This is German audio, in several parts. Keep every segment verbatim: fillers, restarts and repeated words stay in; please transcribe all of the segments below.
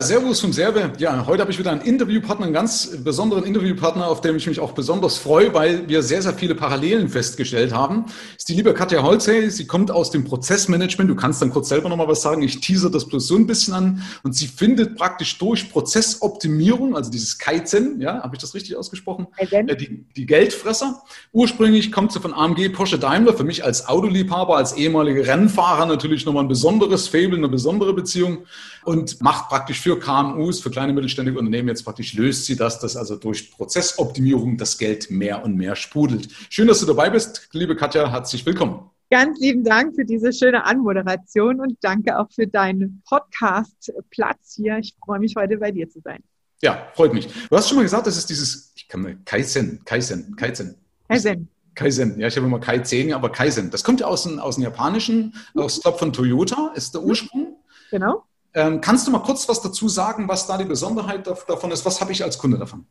Servus vom Serbe. Ja, heute habe ich wieder einen Interviewpartner, einen ganz besonderen Interviewpartner, auf den ich mich auch besonders freue, weil wir sehr, sehr viele Parallelen festgestellt haben. Das ist die liebe Katja Holzhey. Sie kommt aus dem Prozessmanagement. Du kannst dann kurz selber nochmal was sagen. Ich teaser das bloß so ein bisschen an. Und sie findet praktisch durch Prozessoptimierung, also dieses Kaizen, ja, habe ich das richtig ausgesprochen? Äh, die, die Geldfresser. Ursprünglich kommt sie von A M G, Porsche, Daimler. Für mich als Autoliebhaber, als ehemaliger Rennfahrer natürlich nochmal ein besonderes Faible, eine besondere Beziehung und macht praktisch für K M Us, für kleine mittelständige Unternehmen jetzt praktisch löst sie das, dass also durch Prozessoptimierung das Geld mehr und mehr sprudelt. Schön, dass du dabei bist, liebe Katja, herzlich willkommen. Ganz lieben Dank für diese schöne Anmoderation und danke auch für deinen Podcast-Platz hier. Ich freue mich, heute bei dir zu sein. Ja, freut mich. Du hast schon mal gesagt, das ist dieses, ich kann mal, Kaizen, Kaizen, Kaizen. Kaizen. Kaizen, ja, ich habe immer Kaizen, aber Kaizen. Das kommt ja aus dem, aus dem Japanischen, aus, ich glaube, von Toyota ist der Ursprung. Genau. Ähm, kannst du mal kurz was dazu sagen, was da die Besonderheit davon ist? Was habe ich als Kunde davon?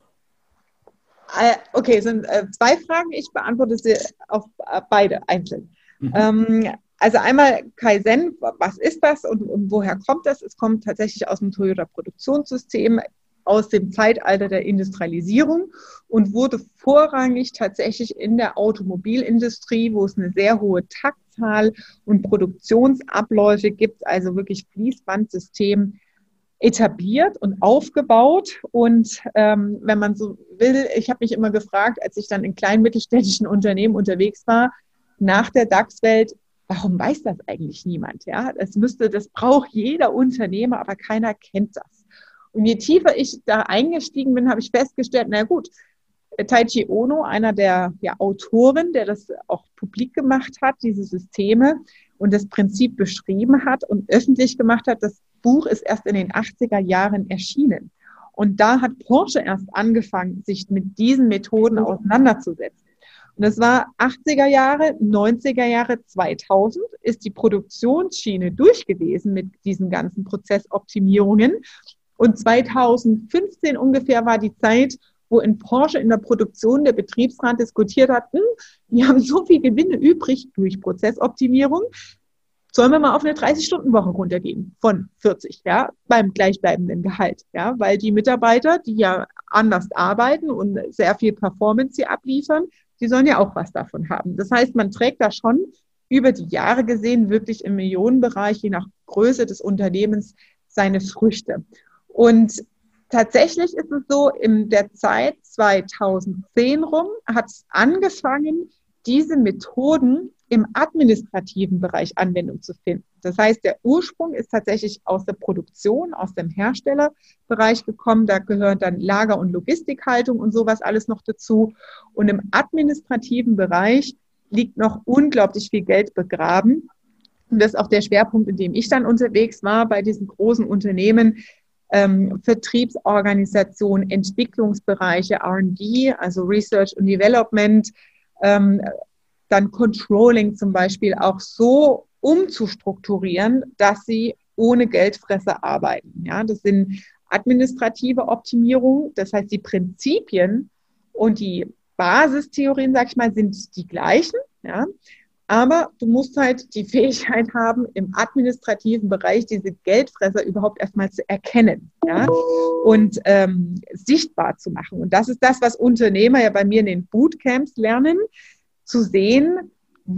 Okay, es sind äh, zwei Fragen. Ich beantworte sie auf äh, beide einzeln. Mhm. Ähm, also einmal Kaizen, was ist das und, und woher kommt das? Es kommt tatsächlich aus dem Toyota-Produktionssystem, aus dem Zeitalter der Industrialisierung und wurde vorrangig tatsächlich in der Automobilindustrie, wo es eine sehr hohe Taktzahl und Produktionsabläufe gibt, also wirklich Fließbandsystem etabliert und aufgebaut. Und ähm, wenn man so will, ich habe mich immer gefragt, als ich dann in kleinen mittelständischen Unternehmen unterwegs war, nach der DAX-Welt, warum weiß das eigentlich niemand? Ja, das müsste, das braucht jeder Unternehmer, aber keiner kennt das. Und je tiefer ich da eingestiegen bin, habe ich festgestellt, na gut, Taiichi Ohno, einer der ja, Autoren, der das auch publik gemacht hat, diese Systeme und das Prinzip beschrieben hat und öffentlich gemacht hat, das Buch ist erst in den achtziger Jahren erschienen. Und da hat Porsche erst angefangen, sich mit diesen Methoden auseinanderzusetzen. Und das war achtziger Jahre, neunziger Jahre, zweitausend ist die Produktionsschiene durch gewesen mit diesen ganzen Prozessoptimierungen. Und zweitausendfünfzehn ungefähr war die Zeit, wo in Porsche in der Produktion der Betriebsrat diskutiert hat, hm, wir haben so viel Gewinne übrig durch Prozessoptimierung, sollen wir mal auf eine dreißig-Stunden-Woche runtergehen von vierzig, ja, beim gleichbleibenden Gehalt, ja, weil die Mitarbeiter, die ja anders arbeiten und sehr viel Performance hier abliefern, die sollen ja auch was davon haben. Das heißt, man trägt da schon über die Jahre gesehen wirklich im Millionenbereich, je nach Größe des Unternehmens, seine Früchte. Und tatsächlich ist es so, in der Zeit zweitausendzehn rum hat es angefangen, diese Methoden im administrativen Bereich Anwendung zu finden. Das heißt, der Ursprung ist tatsächlich aus der Produktion, aus dem Herstellerbereich gekommen. Da gehört dann Lager- und Logistikhaltung und sowas alles noch dazu. Und im administrativen Bereich liegt noch unglaublich viel Geld begraben. Und das ist auch der Schwerpunkt, in dem ich dann unterwegs war bei diesen großen Unternehmen. Ähm, Vertriebsorganisation, Entwicklungsbereiche, R und D, also Research und Development, ähm, dann Controlling zum Beispiel auch so umzustrukturieren, dass sie ohne Geldfresser arbeiten. Ja, das sind administrative Optimierungen, das heißt die Prinzipien und die Basistheorien, sag ich mal, sind die gleichen, ja. Aber du musst halt die Fähigkeit haben, im administrativen Bereich diese Geldfresser überhaupt erstmal zu erkennen, ja, und ähm, sichtbar zu machen. Und das ist das, was Unternehmer ja bei mir in den Bootcamps lernen, zu sehen,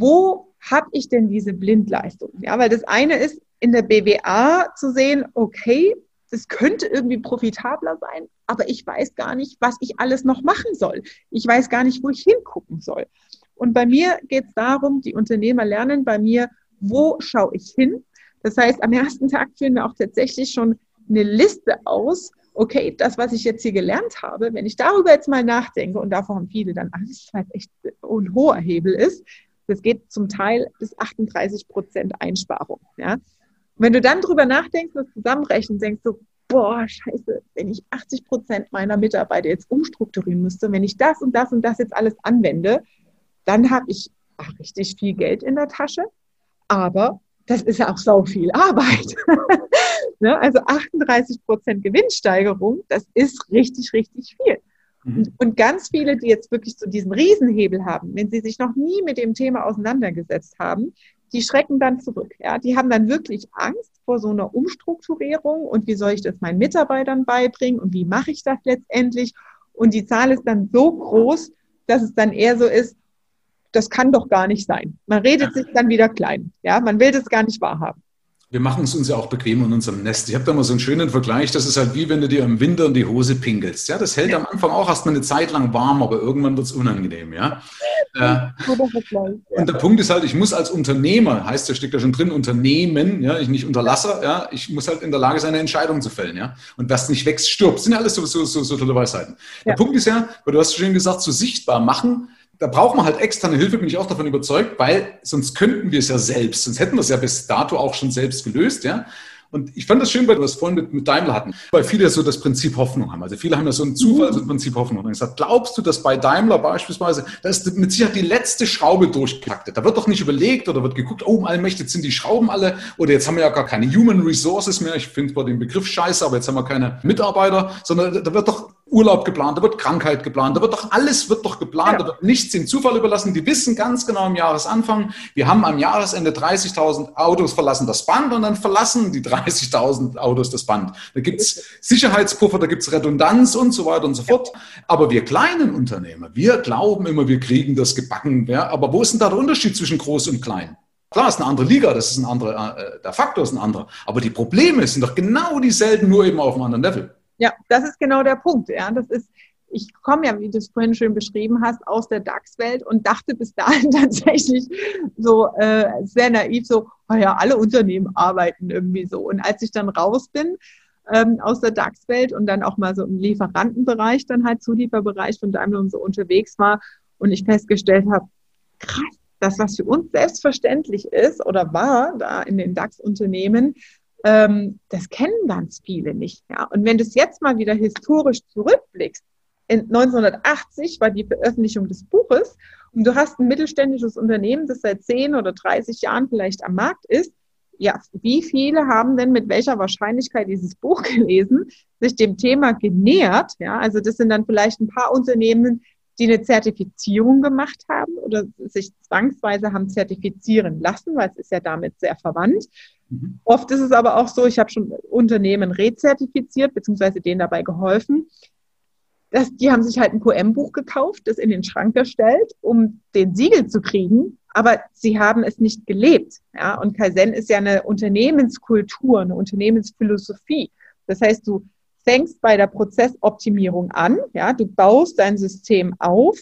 wo habe ich denn diese Blindleistung? Ja, weil das eine ist, in der B W A zu sehen, okay, das könnte irgendwie profitabler sein, aber ich weiß gar nicht, was ich alles noch machen soll. Ich weiß gar nicht, wo ich hingucken soll. Und bei mir geht es darum, die Unternehmer lernen bei mir, wo schaue ich hin? Das heißt, am ersten Tag führen wir auch tatsächlich schon eine Liste aus. Okay, das, was ich jetzt hier gelernt habe, wenn ich darüber jetzt mal nachdenke, und davor haben viele dann Angst, weil es echt ein hoher Hebel ist, das geht zum Teil bis achtunddreißig Prozent Einsparung. Ja? Und wenn du dann drüber nachdenkst, das zusammenrechnest, denkst du, boah, scheiße, wenn ich achtzig Prozent meiner Mitarbeiter jetzt umstrukturieren müsste, wenn ich das und das und das jetzt alles anwende, dann habe ich ach, richtig viel Geld in der Tasche, aber das ist ja auch so viel Arbeit. Ne? Also achtunddreißig Prozent Gewinnsteigerung, das ist richtig, richtig viel. Mhm. Und ganz viele, die jetzt wirklich so diesen Riesenhebel haben, wenn sie sich noch nie mit dem Thema auseinandergesetzt haben, die schrecken dann zurück. Ja? Die haben dann wirklich Angst vor so einer Umstrukturierung und wie soll ich das meinen Mitarbeitern beibringen und wie mache ich das letztendlich? Und die Zahl ist dann so groß, dass es dann eher so ist, das kann doch gar nicht sein. Man redet sich dann wieder klein. Ja? Man will das gar nicht wahrhaben. Wir machen es uns ja auch bequem in unserem Nest. Ich habe da mal so einen schönen Vergleich. Das ist halt wie wenn du dir im Winter in die Hose pinkelst. Ja, das hält ja am Anfang auch erstmal eine Zeit lang warm, aber irgendwann wird es unangenehm. Ja? Äh, und der Punkt ist halt, ich muss als Unternehmer, heißt ja, steckt da schon drin, Unternehmen, ja, ich nicht Unterlasser, ja, ich muss halt in der Lage sein, eine Entscheidung zu fällen. Ja? Und was nicht wächst, stirbt. Das sind ja alles so, so, so, so tolle Weisheiten. Der ja. Punkt ist ja, weil du hast schon gesagt, so sichtbar machen. Da braucht man halt externe Hilfe, bin ich auch davon überzeugt, weil sonst könnten wir es ja selbst, sonst hätten wir es ja bis dato auch schon selbst gelöst, ja. Und ich fand das schön, weil wir das vorhin mit, mit Daimler hatten, weil viele so das Prinzip Hoffnung haben. Also viele haben ja so ein Zufall, so ein Prinzip Hoffnung. Und ich gesagt, glaubst du, dass bei Daimler beispielsweise, da ist mit Sicherheit die letzte Schraube durchgetaktet. Da wird doch nicht überlegt oder wird geguckt, oh, allmächtig sind die Schrauben alle oder jetzt haben wir ja gar keine Human Resources mehr. Ich finde zwar den Begriff scheiße, aber jetzt haben wir keine Mitarbeiter, sondern da wird doch Urlaub geplant, da wird Krankheit geplant, da wird doch alles wird doch geplant, ja. Da wird nichts dem Zufall überlassen. Die wissen ganz genau am Jahresanfang, wir haben am Jahresende dreißigtausend Autos verlassen das Band und dann verlassen die dreißigtausend Autos das Band. Da gibt es Sicherheitspuffer, da gibt es Redundanz und so weiter und so fort. Aber wir kleinen Unternehmer, wir glauben immer, wir kriegen das gebacken. Ja? Aber wo ist denn da der Unterschied zwischen groß und klein? Klar, es ist eine andere Liga, das ist ein anderer, äh, der Faktor ist ein anderer. Aber die Probleme sind doch genau dieselben, nur eben auf einem anderen Level. Ja, das ist genau der Punkt. Ja, das ist, ich komme ja, wie du es vorhin schön beschrieben hast, aus der DAX-Welt und dachte bis dahin tatsächlich so äh, sehr naiv, so, oh ja, alle Unternehmen arbeiten irgendwie so. Und als ich dann raus bin ähm, aus der DAX-Welt und dann auch mal so im Lieferantenbereich, dann halt Zulieferbereich von Daimler und so unterwegs war und ich festgestellt habe, krass, das, was für uns selbstverständlich ist oder war da in den DAX-Unternehmen, das kennen ganz viele nicht. Ja. Und wenn du es jetzt mal wieder historisch zurückblickst, in neunzehnhundertachtzig war die Veröffentlichung des Buches und du hast ein mittelständisches Unternehmen, das seit zehn oder dreißig Jahren vielleicht am Markt ist. Ja, wie viele haben denn mit welcher Wahrscheinlichkeit dieses Buch gelesen, sich dem Thema genähert? Ja, also das sind dann vielleicht ein paar Unternehmen, die eine Zertifizierung gemacht haben oder sich zwangsweise haben zertifizieren lassen, weil es ist ja damit sehr verwandt. Mhm. Oft ist es aber auch so, ich habe schon Unternehmen rezertifiziert, beziehungsweise denen dabei geholfen, dass die haben sich halt ein Q M-Buch gekauft, das in den Schrank gestellt, um den Siegel zu kriegen, aber sie haben es nicht gelebt. Ja? Und Kaizen ist ja eine Unternehmenskultur, eine Unternehmensphilosophie. Das heißt, du fängst bei der Prozessoptimierung an, ja, du baust dein System auf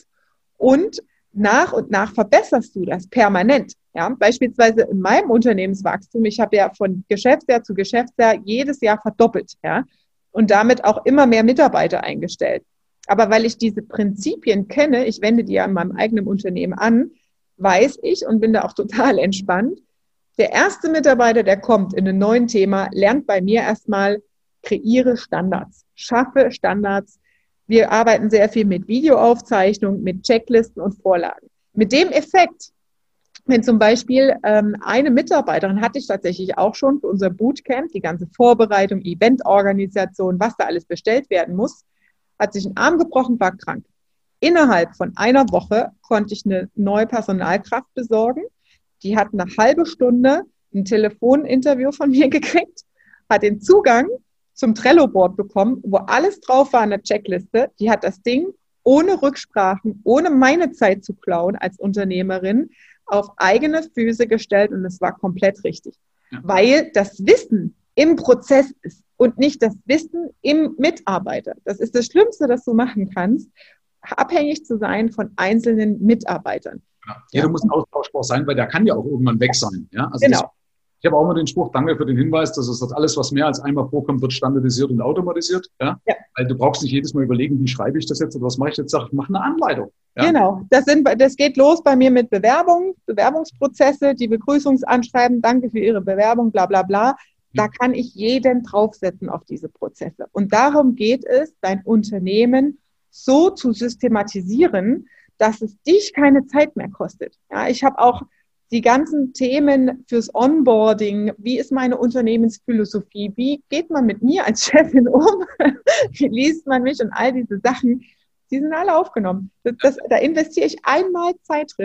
und nach und nach verbesserst du das permanent. Ja. Beispielsweise in meinem Unternehmenswachstum, ich habe ja von Geschäftsjahr zu Geschäftsjahr jedes Jahr verdoppelt, ja, und damit auch immer mehr Mitarbeiter eingestellt. Aber weil ich diese Prinzipien kenne, ich wende die ja in meinem eigenen Unternehmen an, weiß ich und bin da auch total entspannt, der erste Mitarbeiter, der kommt in einem neuen Thema, lernt bei mir erstmal, kreiere Standards, schaffe Standards. Wir arbeiten sehr viel mit Videoaufzeichnung, mit Checklisten und Vorlagen. Mit dem Effekt, wenn zum Beispiel ähm, eine Mitarbeiterin hatte ich tatsächlich auch schon für unser Bootcamp, die ganze Vorbereitung, Eventorganisation, was da alles bestellt werden muss, hat sich einen Arm gebrochen, war krank. Innerhalb von einer Woche konnte ich eine neue Personalkraft besorgen. Die hat eine halbe Stunde ein Telefoninterview von mir gekriegt, hat den Zugang zum Trello-Board bekommen, wo alles drauf war an der Checkliste. Die hat das Ding ohne Rücksprachen, ohne meine Zeit zu klauen als Unternehmerin auf eigene Füße gestellt und es war komplett richtig. Ja. Weil das Wissen im Prozess ist und nicht das Wissen im Mitarbeiter. Das ist das Schlimmste, das du machen kannst, abhängig zu sein von einzelnen Mitarbeitern. Ja. Jeder ja. muss austauschbar sein, weil der kann ja auch irgendwann weg sein. Ja? Also genau. Das, ich habe auch immer den Spruch, danke für den Hinweis, dass es das alles, was mehr als einmal vorkommt, wird standardisiert und automatisiert. Ja? Ja. Weil du brauchst nicht jedes Mal überlegen, wie schreibe ich das jetzt oder was mache ich jetzt? Sag, ich mache eine Anleitung. Ja? Genau, das, sind, das geht los bei mir mit Bewerbungen, Bewerbungsprozesse, die Begrüßungsanschreiben, danke für Ihre Bewerbung, bla bla bla. Da kann ich jeden draufsetzen auf diese Prozesse. Und darum geht es, dein Unternehmen so zu systematisieren, dass es dich keine Zeit mehr kostet. Ja, ich habe auch die ganzen Themen fürs Onboarding, wie ist meine Unternehmensphilosophie, wie geht man mit mir als Chefin um, wie liest man mich und all diese Sachen, die sind alle aufgenommen. Das, das, da investiere ich einmal Zeit drin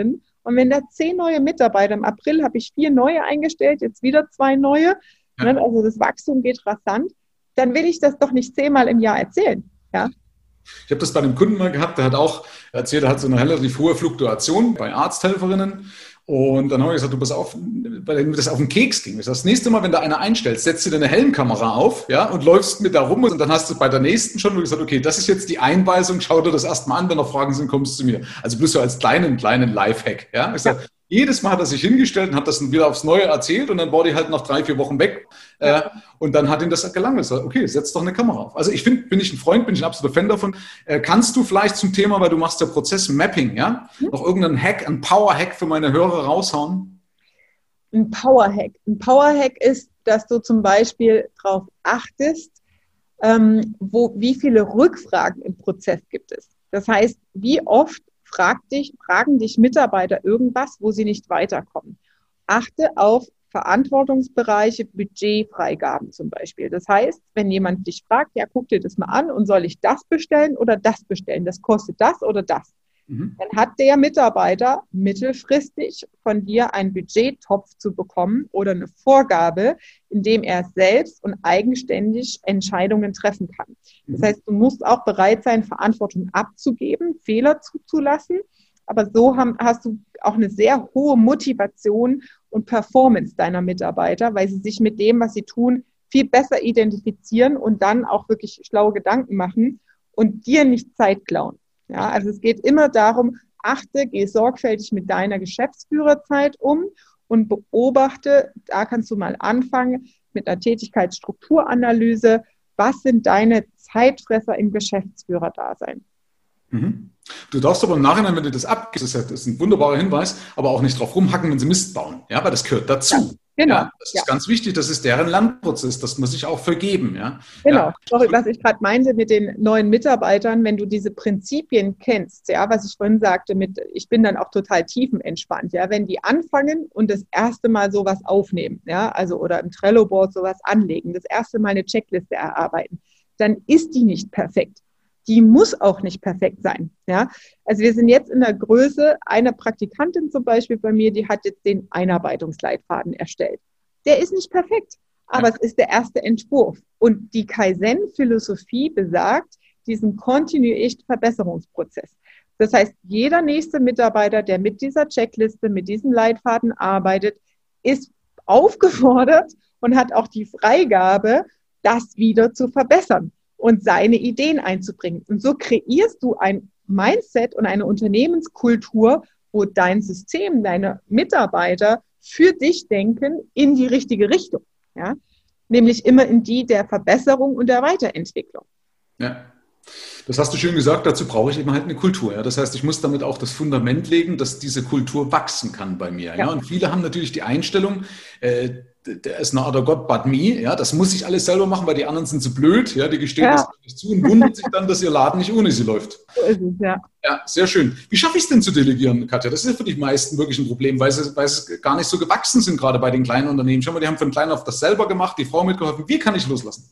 Und wenn da zehn neue Mitarbeiter, im April habe ich vier neue eingestellt, jetzt wieder zwei neue, ja. ne, also das Wachstum geht rasant, dann will ich das doch nicht zehnmal im Jahr erzählen. Ja? Ich habe das bei einem Kunden mal gehabt, der hat auch erzählt, er hat so eine relativ hohe Fluktuation bei Arzthelferinnen. Und dann habe ich gesagt, du pass auf, weil mir das auf den Keks ging. Das nächste Mal, wenn da einer einstellt, setzt du dir eine Helmkamera auf, ja, und läufst mit da rum und dann hast du bei der nächsten schon gesagt, okay, das ist jetzt die Einweisung, schau dir das erstmal an, wenn noch Fragen sind, kommst du zu mir. Also bloß so als kleinen, kleinen Lifehack, ja. Ich sag, jedes Mal hat er sich hingestellt und hat das dann wieder aufs Neue erzählt und dann war die halt nach drei, vier Wochen weg. Äh, und dann hat ihm das gelangt. Ich sag, okay, setz doch eine Kamera auf. Also ich finde, bin ich ein Freund, bin ich ein absoluter Fan davon. Äh, kannst du vielleicht zum Thema, weil du machst ja Prozessmapping, ja, mhm. noch irgendeinen Hack, einen Power-Hack für meine Hörer raushauen? Ein Power-Hack. Ein Power-Hack ist, dass du zum Beispiel darauf achtest, ähm, wo, wie viele Rückfragen im Prozess gibt es. Das heißt, wie oft Frag dich, fragen dich Mitarbeiter irgendwas, wo sie nicht weiterkommen. Achte auf Verantwortungsbereiche, Budgetfreigaben zum Beispiel. Das heißt, wenn jemand dich fragt, ja, guck dir das mal an und soll ich das bestellen oder das bestellen? Das kostet das oder das? Mhm. Dann hat der Mitarbeiter mittelfristig von dir einen Budgettopf zu bekommen oder eine Vorgabe, in dem er selbst und eigenständig Entscheidungen treffen kann. Das heißt, du musst auch bereit sein, Verantwortung abzugeben, Fehler zuzulassen. Aber so haben, hast du auch eine sehr hohe Motivation und Performance deiner Mitarbeiter, weil sie sich mit dem, was sie tun, viel besser identifizieren und dann auch wirklich schlaue Gedanken machen und dir nicht Zeit klauen. Ja, also es geht immer darum, achte, geh sorgfältig mit deiner Geschäftsführerzeit um und beobachte, da kannst du mal anfangen mit einer Tätigkeitsstrukturanalyse, was sind deine Zeitfresser im Geschäftsführerdasein? Mhm. Du darfst aber im Nachhinein, wenn du das abgibst, das ist ein wunderbarer Hinweis, aber auch nicht drauf rumhacken, wenn sie Mist bauen, ja, weil das gehört dazu. Ja. Genau. Ja, das ist ja. ganz wichtig, das ist deren Lernprozess, das muss ich auch vergeben. Ja. Genau, ja. Sorry, was ich gerade meinte mit den neuen Mitarbeitern, wenn du diese Prinzipien kennst, ja, was ich vorhin sagte, mit, ich bin dann auch total tiefenentspannt, ja, wenn die anfangen und das erste Mal sowas aufnehmen, ja, also oder im Trello-Board sowas anlegen, das erste Mal eine Checkliste erarbeiten, dann ist die nicht perfekt. Die muss auch nicht perfekt sein. Ja? Also wir sind jetzt in der Größe, eine Praktikantin zum Beispiel bei mir, die hat jetzt den Einarbeitungsleitfaden erstellt. Der ist nicht perfekt, aber ja. es ist der erste Entwurf. Und die Kaizen-Philosophie besagt diesen kontinuierlichen Verbesserungsprozess. Das heißt, jeder nächste Mitarbeiter, der mit dieser Checkliste, mit diesem Leitfaden arbeitet, ist aufgefordert und hat auch die Freigabe, das wieder zu verbessern und seine Ideen einzubringen. Und so kreierst du ein Mindset und eine Unternehmenskultur, wo dein System, deine Mitarbeiter für dich denken in die richtige Richtung. Ja? Nämlich immer in die der Verbesserung und der Weiterentwicklung. Ja. Das hast du schön gesagt, dazu brauche ich eben halt eine Kultur. Ja? Das heißt, ich muss damit auch das Fundament legen, dass diese Kultur wachsen kann bei mir. Ja? Ja? Und viele haben natürlich die Einstellung, äh, der ist not a God but me. Ja? Das muss ich alles selber machen, weil die anderen sind zu blöd. Ja? Die gestehen ja. das nicht zu und wundern sich dann, dass ihr Laden nicht ohne sie läuft. So ist es, ja. Ja, sehr schön. Wie schaffe ich es denn zu delegieren, Katja? Das ist ja für die meisten wirklich ein Problem, weil sie, weil sie gar nicht so gewachsen sind, gerade bei den kleinen Unternehmen. Schau mal, die haben von klein auf das selber gemacht, die Frau mitgeholfen. Wie kann ich loslassen?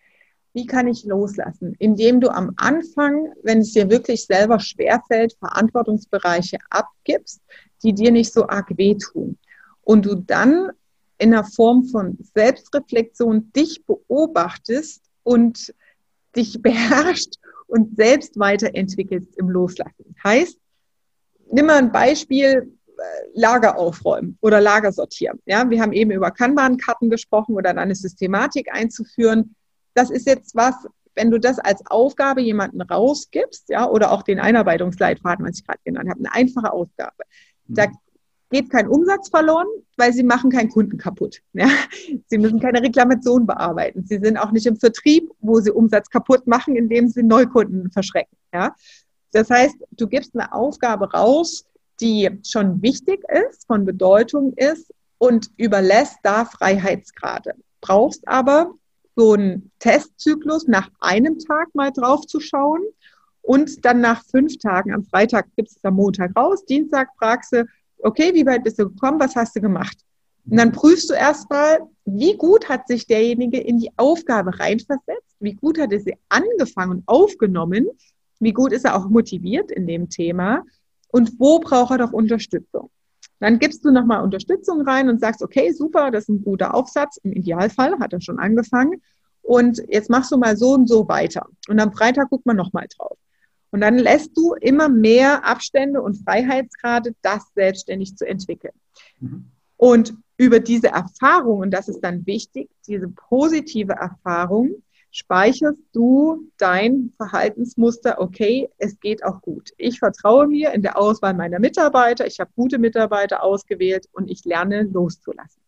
Wie kann ich loslassen? Indem du am Anfang, wenn es dir wirklich selber schwerfällt, Verantwortungsbereiche abgibst, die dir nicht so arg wehtun. Und du dann in der Form von Selbstreflexion dich beobachtest und dich beherrscht und selbst weiterentwickelst im Loslassen. Heißt, nimm mal ein Beispiel, Lager aufräumen oder Lager sortieren. Ja, wir haben eben über Kanban-Karten gesprochen oder dann eine Systematik einzuführen. Das ist jetzt was, wenn du das als Aufgabe jemanden rausgibst, ja, oder auch den Einarbeitungsleitfaden, was ich gerade genannt habe, eine einfache Aufgabe. Da geht kein Umsatz verloren, weil sie machen keinen Kunden kaputt. Ja. Sie müssen keine Reklamation bearbeiten. Sie sind auch nicht im Vertrieb, wo sie Umsatz kaputt machen, indem sie Neukunden verschrecken. Ja. Das heißt, du gibst eine Aufgabe raus, die schon wichtig ist, von Bedeutung ist und überlässt da Freiheitsgrade. Brauchst aber so einen Testzyklus nach einem Tag mal drauf zu schauen und dann nach fünf Tagen, am Freitag gibst du es am Montag raus, Dienstag fragst du, okay, wie weit bist du gekommen, was hast du gemacht? Und dann prüfst du erstmal, wie gut hat sich derjenige in die Aufgabe reinversetzt, wie gut hat er sie angefangen und aufgenommen, wie gut ist er auch motiviert in dem Thema und wo braucht er doch Unterstützung. Dann gibst du nochmal Unterstützung rein und sagst, okay, super, das ist ein guter Aufsatz. Im Idealfall hat er schon angefangen. Und jetzt machst du mal so und so weiter. Und am Freitag guckt man nochmal drauf. Und dann lässt du immer mehr Abstände und Freiheitsgrade, das selbstständig zu entwickeln. Mhm. Und über diese Erfahrung, und das ist dann wichtig, diese positive Erfahrung, speicherst du dein Verhaltensmuster, okay, es geht auch gut. Ich vertraue mir in der Auswahl meiner Mitarbeiter, ich habe gute Mitarbeiter ausgewählt und ich lerne loszulassen.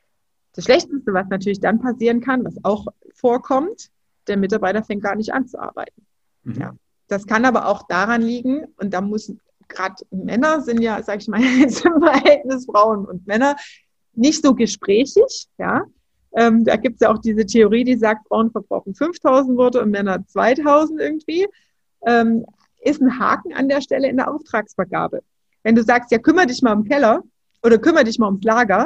Das Schlechteste, was natürlich dann passieren kann, was auch vorkommt, der Mitarbeiter fängt gar nicht an zu arbeiten. Mhm. Ja. Das kann aber auch daran liegen, und da muss gerade Männer sind ja, sag ich mal, jetzt im Verhältnis Frauen und Männer nicht so gesprächig, ja. Ähm, da gibt es ja auch diese Theorie, die sagt, Frauen verbrauchen fünftausend Worte und Männer zweitausend irgendwie. Ähm, ist ein Haken an der Stelle in der Auftragsvergabe. Wenn du sagst, ja, kümmere dich mal um den Keller oder kümmere dich mal ums Lager,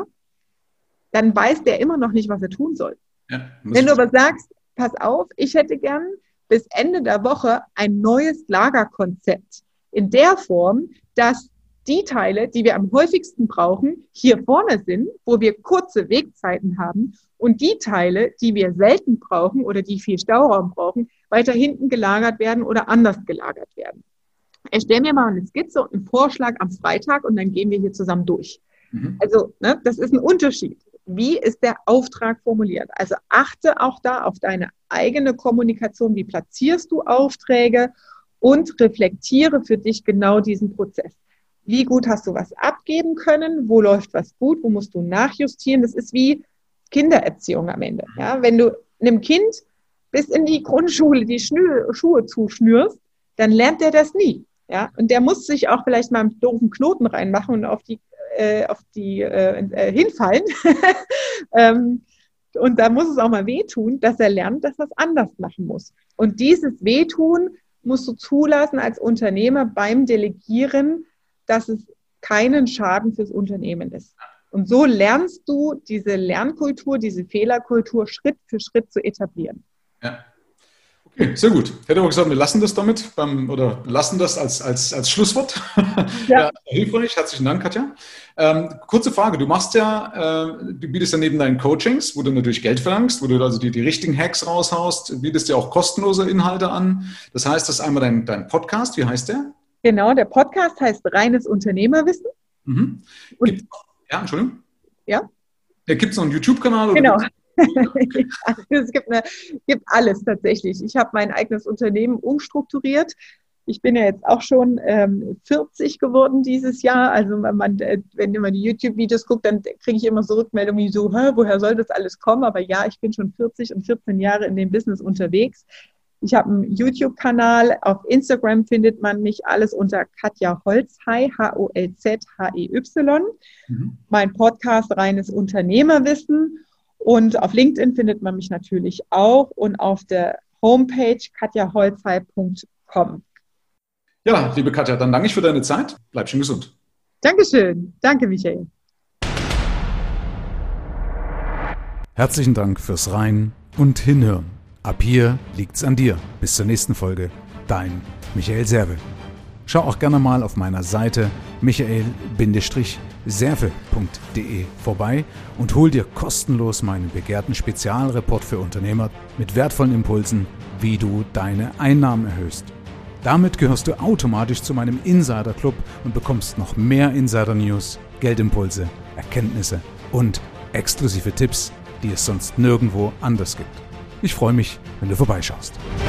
dann weiß der immer noch nicht, was er tun soll. Ja, wenn du aber sagst, pass auf, ich hätte gern bis Ende der Woche ein neues Lagerkonzept in der Form, dass die Teile, die wir am häufigsten brauchen, hier vorne sind, wo wir kurze Wegzeiten haben, und die Teile, die wir selten brauchen oder die viel Stauraum brauchen, weiter hinten gelagert werden oder anders gelagert werden. Erstell mir mal eine Skizze und einen Vorschlag am Freitag und dann gehen wir hier zusammen durch. Mhm. Also, ne, das ist ein Unterschied. Wie ist der Auftrag formuliert? Also achte auch da auf deine eigene Kommunikation. Wie platzierst du Aufträge und reflektiere für dich genau diesen Prozess. Wie gut hast du was abgeben können? Wo läuft was gut? Wo musst du nachjustieren? Das ist wie Kindererziehung am Ende. Ja? Wenn du einem Kind bis in die Grundschule die Schnür, Schuhe zuschnürst, dann lernt der das nie. Ja? Und der muss sich auch vielleicht mal einen doofen Knoten reinmachen und auf die, äh, auf die äh, äh, hinfallen. ähm, und da muss es auch mal wehtun, dass er lernt, dass er es anders machen muss. Und dieses Wehtun musst du zulassen als Unternehmer beim Delegieren, dass es keinen Schaden fürs Unternehmen ist. Und so lernst du diese Lernkultur, diese Fehlerkultur Schritt für Schritt zu etablieren. Ja. Okay, sehr gut. Ich hätte aber gesagt, wir lassen das damit beim, oder lassen das als, als, als Schlusswort. Ja. Ja, hilfreich. Herzlichen Dank, Katja. Ähm, kurze Frage. Du machst ja, äh, du bietest ja neben deinen Coachings, wo du natürlich Geld verlangst, wo du also die, die richtigen Hacks raushaust, bietest ja auch kostenlose Inhalte an. Das heißt, das ist einmal dein, dein Podcast. Wie heißt der? Genau, der Podcast heißt Reines Unternehmerwissen. Mhm. Gibt, ja, Entschuldigung. Ja. Ja, gibt es noch einen YouTube-Kanal? Genau. Okay. Es gibt, eine, gibt alles tatsächlich. Ich habe mein eigenes Unternehmen umstrukturiert. Ich bin ja jetzt auch schon ähm, vierzig geworden dieses Jahr. Also wenn man, wenn man die YouTube-Videos guckt, dann kriege ich immer so Rückmeldungen wie so, hä, woher soll das alles kommen? Aber ja, ich bin schon vierzig und vierzehn Jahre in dem Business unterwegs. Ich habe einen YouTube-Kanal. Auf Instagram findet man mich alles unter Katja Holzhey, H O L Z H E Y. Mhm. Mein Podcast Reines Unternehmerwissen. Und auf LinkedIn findet man mich natürlich auch und auf der Homepage katja holzhey punkt com. Ja, liebe Katja, dann danke ich für deine Zeit. Bleib schön gesund. Dankeschön. Danke, Michael. Herzlichen Dank fürs Rein- und Hinhören. Ab hier liegt's an dir. Bis zur nächsten Folge. Dein Michael Serve. Schau auch gerne mal auf meiner Seite michael serve punkt de vorbei und hol dir kostenlos meinen begehrten Spezialreport für Unternehmer mit wertvollen Impulsen, wie du deine Einnahmen erhöhst. Damit gehörst du automatisch zu meinem Insider-Club und bekommst noch mehr Insider-News, Geldimpulse, Erkenntnisse und exklusive Tipps, die es sonst nirgendwo anders gibt. Ich freue mich, wenn du vorbeischaust.